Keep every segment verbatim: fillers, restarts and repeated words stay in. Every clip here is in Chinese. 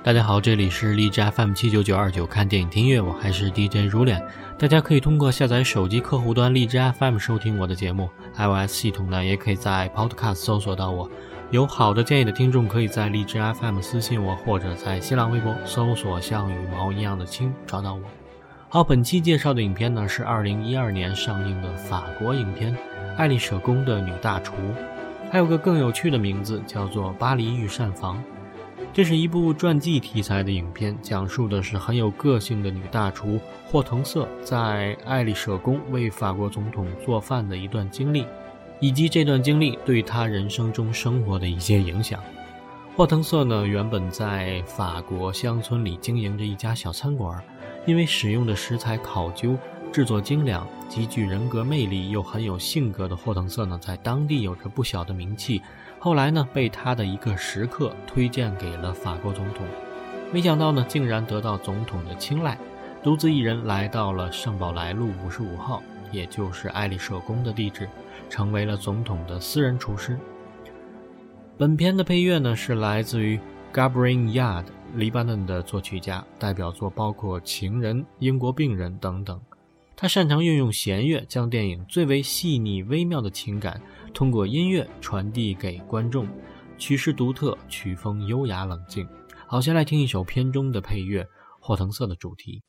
大家好，这里是荔枝 F M 七九九二九看电影听乐，我还是 D J 如脸。大家可以通过下载手机客户端荔枝 F M 收听我的节目， iOS 系统呢也可以在 Podcast 搜索到我。有好的建议的听众可以在荔枝 F M 私信我，或者在新浪微博搜索像羽毛一样的轻找到我。好，本期介绍的影片呢是二零一二年上映的法国影片《爱丽舍宫的女大厨》，还有个更有趣的名字叫做《巴黎御膳房》。这是一部传记题材的影片，讲述的是很有个性的女大厨霍腾瑟在爱丽舍宫为法国总统做饭的一段经历，以及这段经历对她人生中生活的一些影响。霍腾瑟呢，原本在法国乡村里经营着一家小餐馆，因为使用的食材考究、制作精良、极具人格魅力又很有性格的霍腾瑟呢，在当地有着不小的名气。后来呢，被他的一个食客推荐给了法国总统，没想到呢，竟然得到总统的青睐，独自一人来到了圣保莱路五十五号，也就是爱丽舍宫的地址，成为了总统的私人厨师。本片的配乐呢，是来自于 Gabriel Yard 黎巴嫩的作曲家，代表作包括《情人》、《英国病人》等等。他擅长运用弦乐，将电影最为细腻微妙的情感通过音乐传递给观众，曲式独特，曲风优雅冷静。好，先来听一首片中的配乐，霍腾瑟的主题。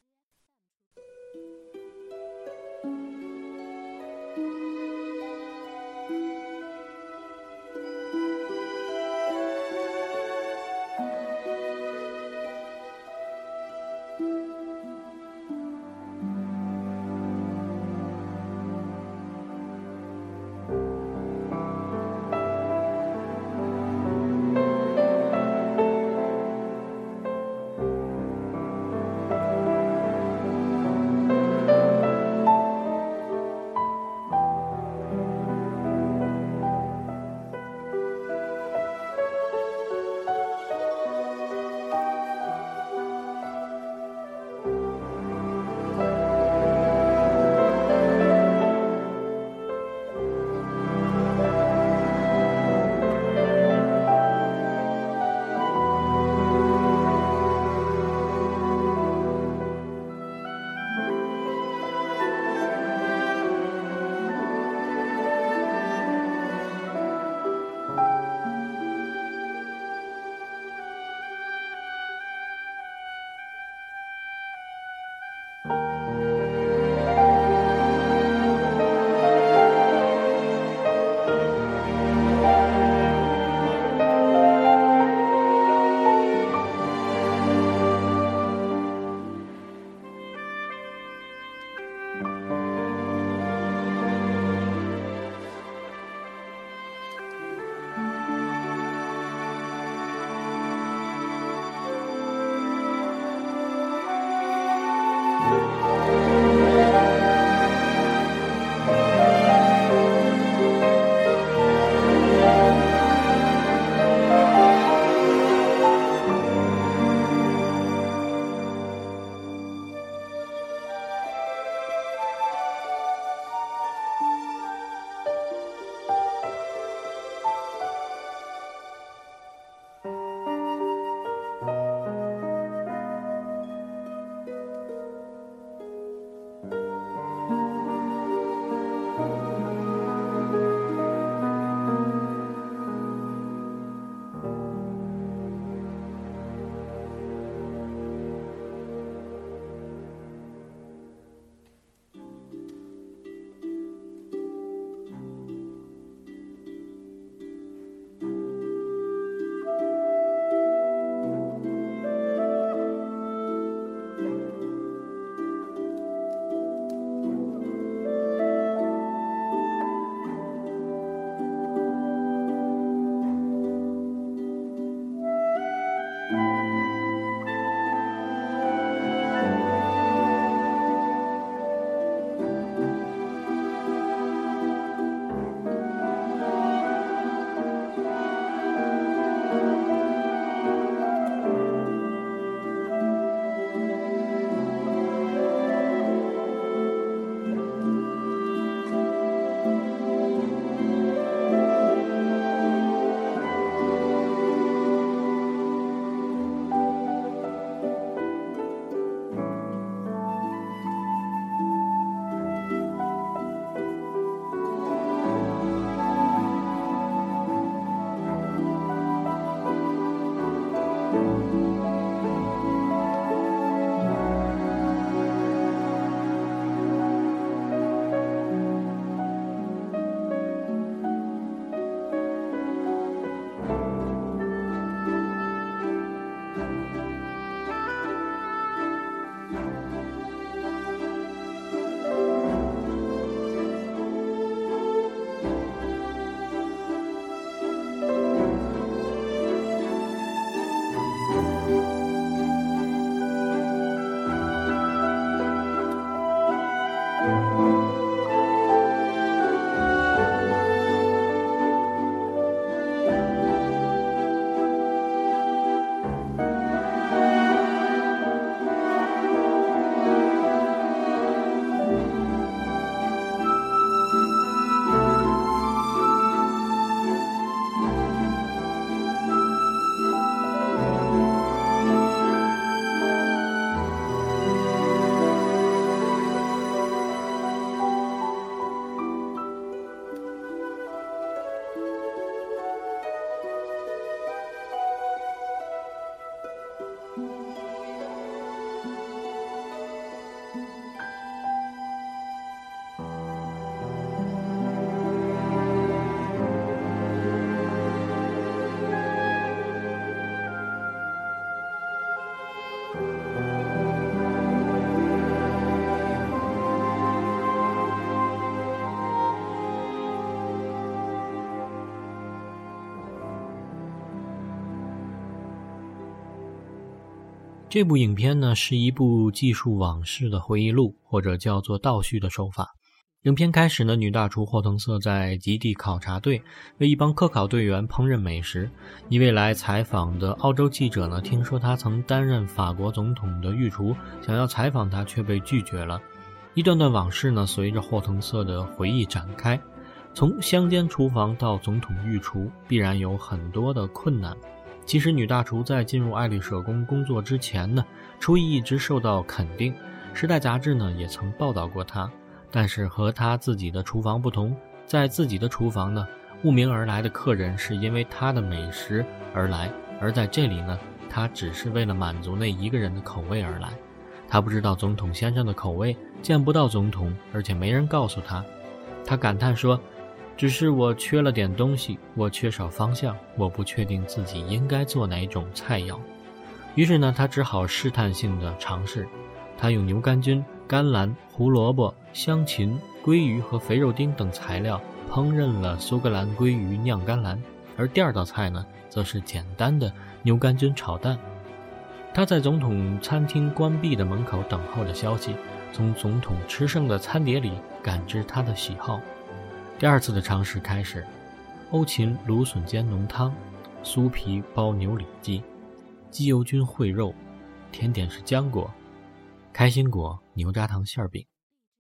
这部影片呢是一部记述往事的回忆录，或者叫做倒叙的手法。影片开始呢，女大厨霍滕瑟在极地考察队为一帮科考队员烹饪美食。一位来采访的澳洲记者呢，听说他曾担任法国总统的御厨，想要采访他却被拒绝了。一段段往事呢，随着霍滕瑟的回忆展开。从乡间厨房到总统御厨，必然有很多的困难。其实女大厨在进入爱丽舍宫工作之前呢，厨艺一直受到肯定。时代杂志呢也曾报道过她。但是和他自己的厨房不同，在自己的厨房呢，慕名而来的客人是因为他的美食而来，而在这里呢，他只是为了满足那一个人的口味而来。他不知道总统先生的口味，见不到总统，而且没人告诉他。他感叹说，只是我缺了点东西，我缺少方向，我不确定自己应该做哪种菜肴。于是呢，他只好试探性的尝试。他用牛肝菌、甘蓝、胡萝卜、香芹、鲑鱼和肥肉丁等材料烹饪了苏格兰鲑鱼酿甘蓝，而第二道菜呢，则是简单的牛肝菌炒蛋。他在总统餐厅关闭的门口等候着消息，从总统吃剩的餐碟里感知他的喜好。第二次的尝试开始，欧芹芦笋煎浓汤，酥皮包牛里脊，鸡油菌烩肉，甜点是浆果，开心果牛轧糖馅饼。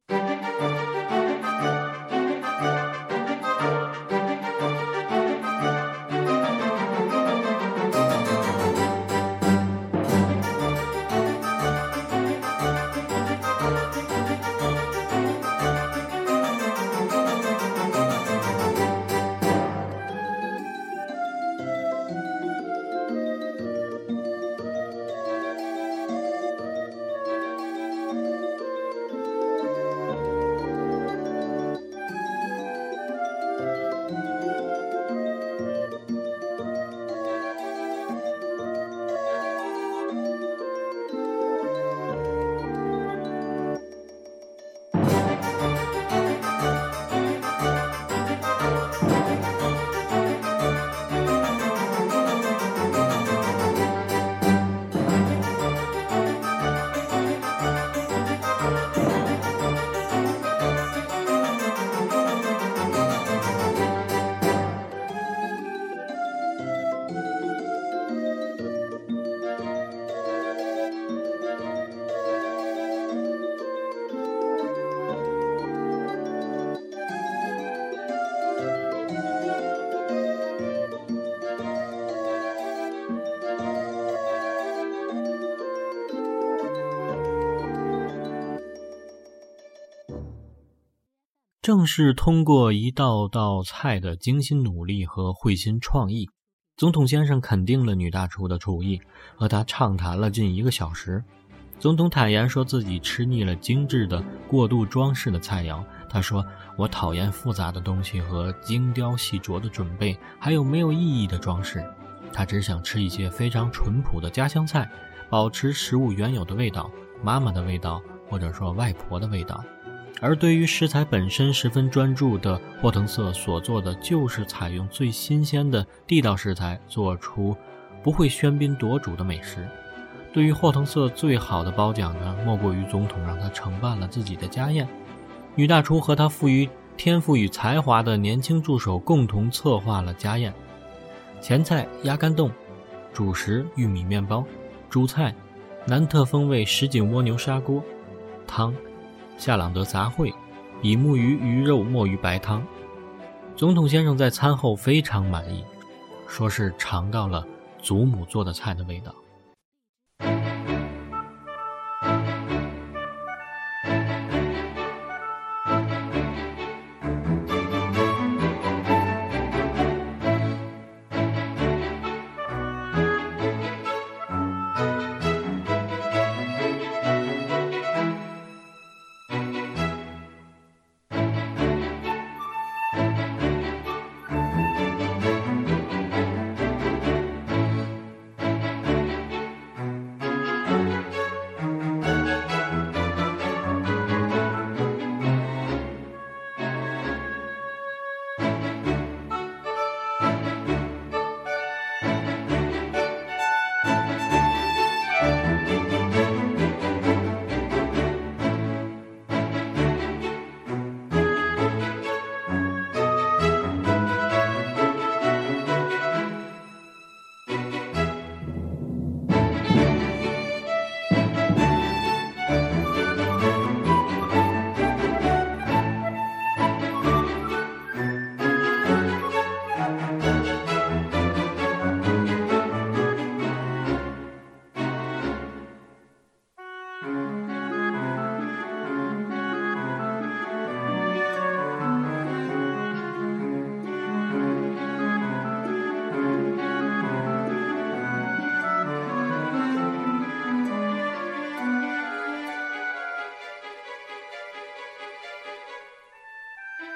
正是通过一道道菜的精心努力和会心创意，总统先生肯定了女大厨的厨艺，和她畅谈了近一个小时。总统坦言说自己吃腻了精致的过度装饰的菜肴。他说，我讨厌复杂的东西和精雕细琢的准备，还有没有意义的装饰。他只想吃一些非常淳朴的家乡菜，保持食物原有的味道，妈妈的味道，或者说外婆的味道。而对于食材本身十分专注的霍滕瑟所做的，就是采用最新鲜的地道食材，做出不会喧宾夺主的美食。对于霍滕瑟最好的褒奖呢，莫过于总统让他承办了自己的家宴。女大厨和她富于天赋与才华的年轻助手共同策划了家宴。前菜鸭肝冻，主食玉米面包，主菜南特风味什锦蜗牛砂锅，汤夏朗德杂烩，比目鱼鱼肉墨鱼白汤。总统先生在餐后非常满意，说是尝到了祖母做的菜的味道。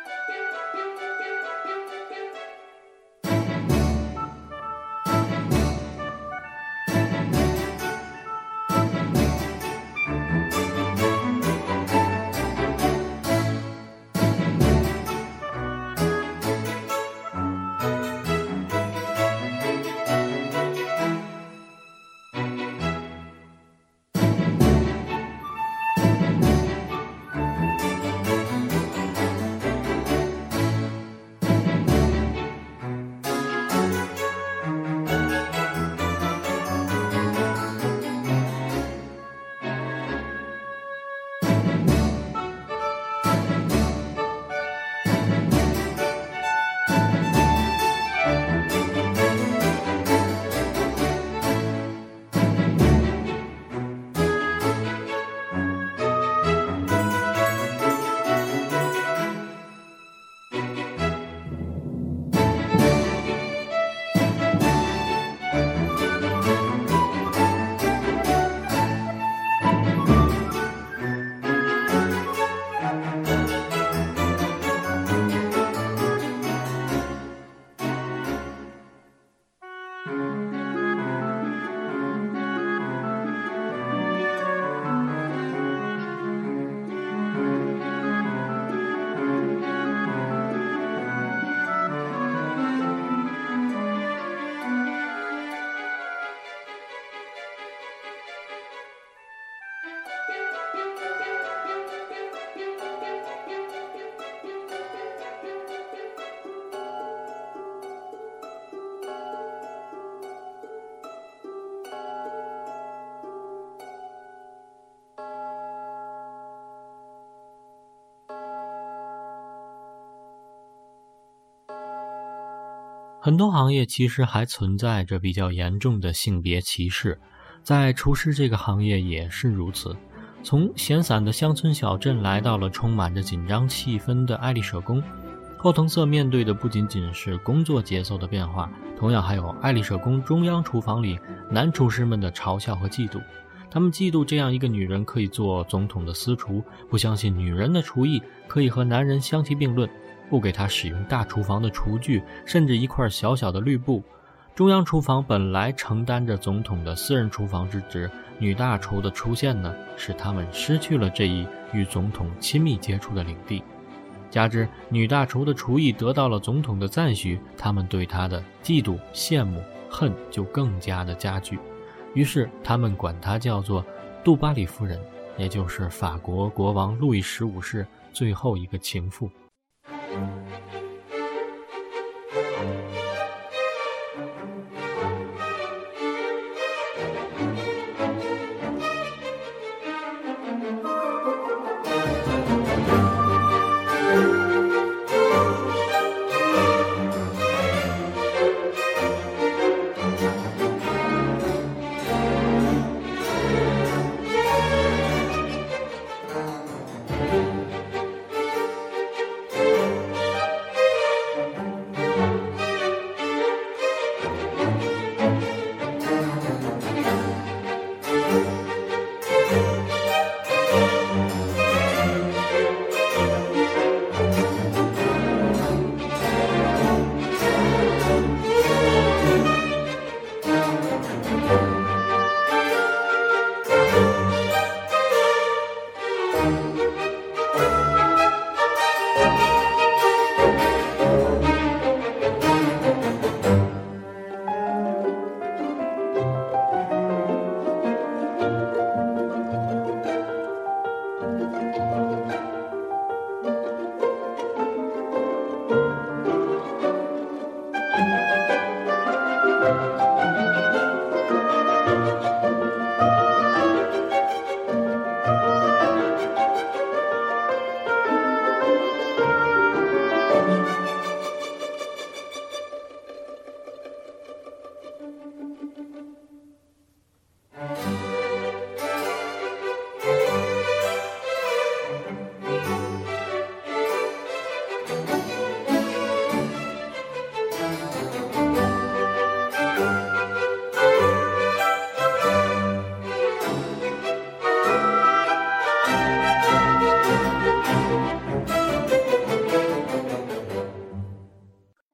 很多行业其实还存在着比较严重的性别歧视，在厨师这个行业也是如此。从闲散的乡村小镇来到了充满着紧张气氛的爱丽舍宫，后藤色面对的不仅仅是工作节奏的变化，同样还有爱丽舍宫中央厨房里男厨师们的嘲笑和嫉妒。他们嫉妒这样一个女人可以做总统的私厨，不相信女人的厨艺可以和男人相提并论，不给她使用大厨房的厨具，甚至一块小小的绿布。中央厨房本来承担着总统的私人厨房之职，女大厨的出现呢，使他们失去了这一与总统亲密接触的领地。加之女大厨的厨艺得到了总统的赞许，他们对她的嫉妒、羡慕、恨就更加的加剧。于是他们管她叫做杜巴里夫人，也就是法国国王路易十五世最后一个情妇。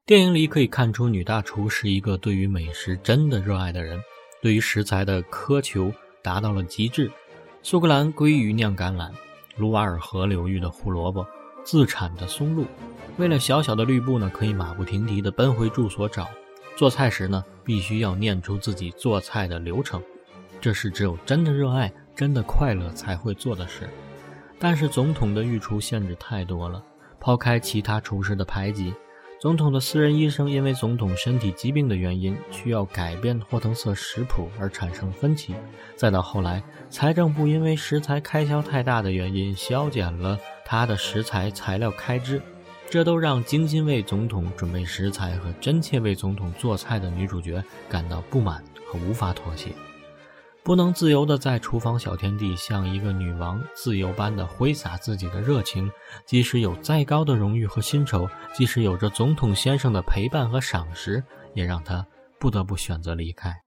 电影里可以看出女大厨是一个对于美食真的热爱的人，对于食材的苛求达到了极致。苏格兰鲑鱼酿橄榄，卢瓦尔河流域的胡萝卜，自产的松露，为了小小的吕布呢，可以马不停蹄地奔回住所找。做菜时呢，必须要念出自己做菜的流程，这是只有真的热爱、真的快乐才会做的事。但是总统的御厨限制太多了，抛开其他厨师的排挤，总统的私人医生因为总统身体疾病的原因，需要改变霍腾瑟食谱而产生分歧。再到后来，财政部因为食材开销太大的原因，削减了他的食材材料开支，这都让精心为总统准备食材和真切为总统做菜的女主角感到不满和无法妥协。不能自由地在厨房小天地像一个女王自由般地挥洒自己的热情，即使有再高的荣誉和薪酬，即使有着总统先生的陪伴和赏识，也让她不得不选择离开。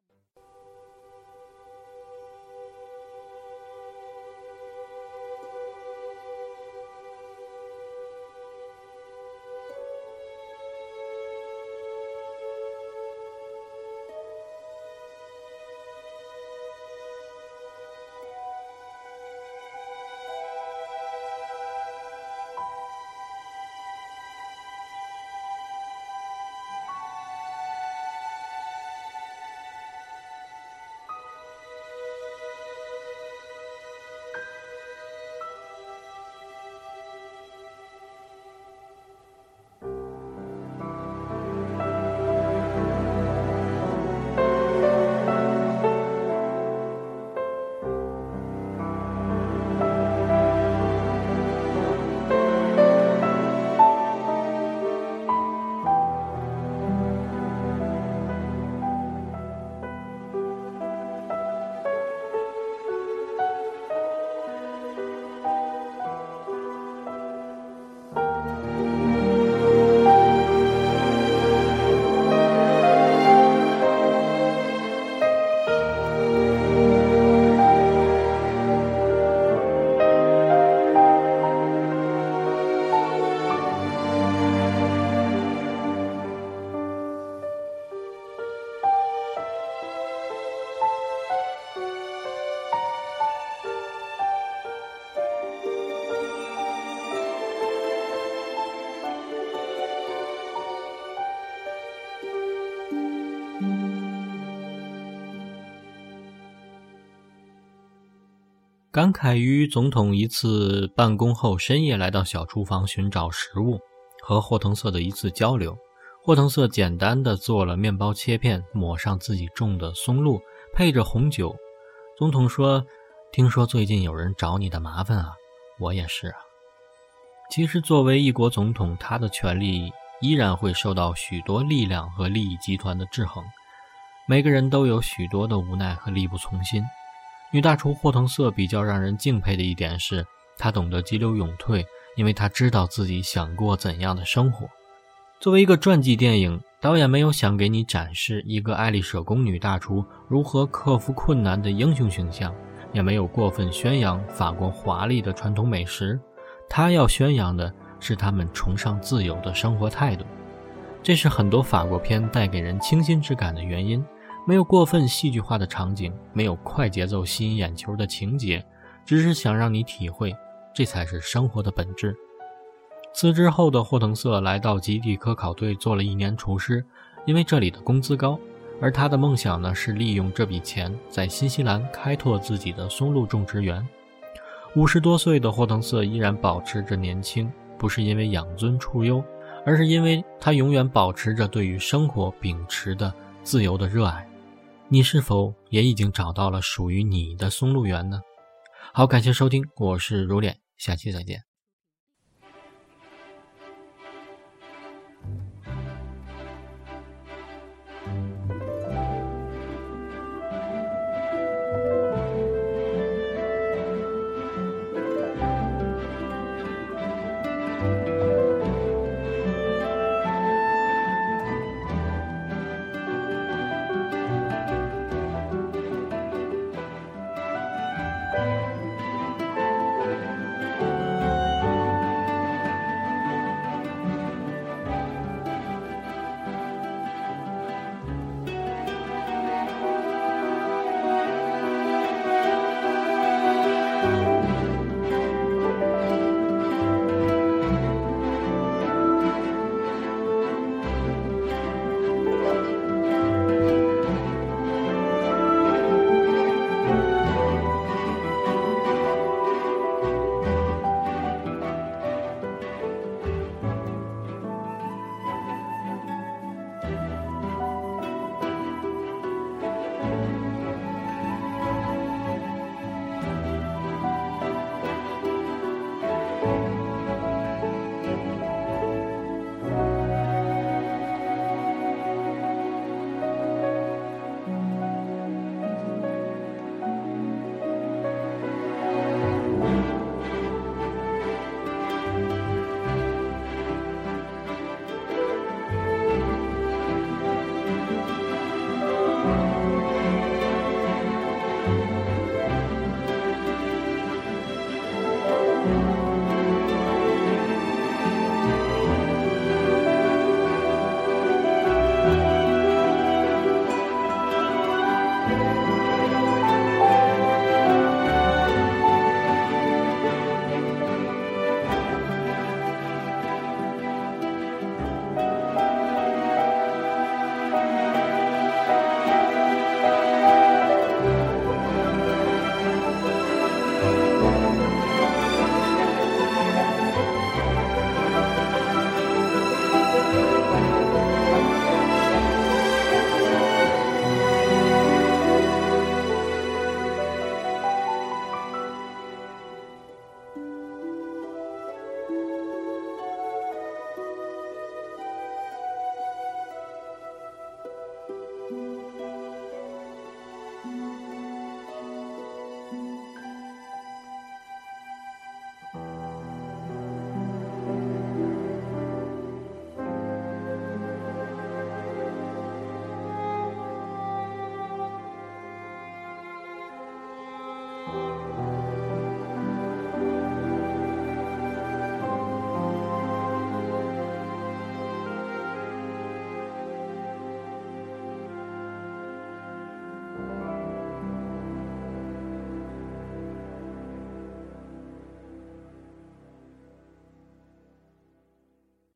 感慨于总统一次办公后深夜来到小厨房寻找食物，和霍腾瑟的一次交流。霍腾瑟简单的做了面包切片，抹上自己种的松露，配着红酒。总统说，听说最近有人找你的麻烦啊，我也是啊。其实作为一国总统，他的权力依然会受到许多力量和利益集团的制衡，每个人都有许多的无奈和力不从心。女大厨霍腾瑟比较让人敬佩的一点是，她懂得急流勇退，因为她知道自己想过怎样的生活。作为一个传记电影，导演没有想给你展示一个爱丽舍宫女大厨如何克服困难的英雄形象，也没有过分宣扬法国华丽的传统美食，他要宣扬的是他们崇尚自由的生活态度。这是很多法国片带给人清新之感的原因，没有过分戏剧化的场景，没有快节奏吸引眼球的情节，只是想让你体会，这才是生活的本质。辞职后的霍腾瑟来到基地科考队做了一年厨师，因为这里的工资高，而他的梦想呢是利用这笔钱在新西兰开拓自己的松露种植园。五十多岁的霍腾瑟依然保持着年轻，不是因为养尊处优，而是因为他永远保持着对于生活秉持的自由的热爱。你是否也已经找到了属于你的松露园呢？好，感谢收听，我是如脸，下期再见。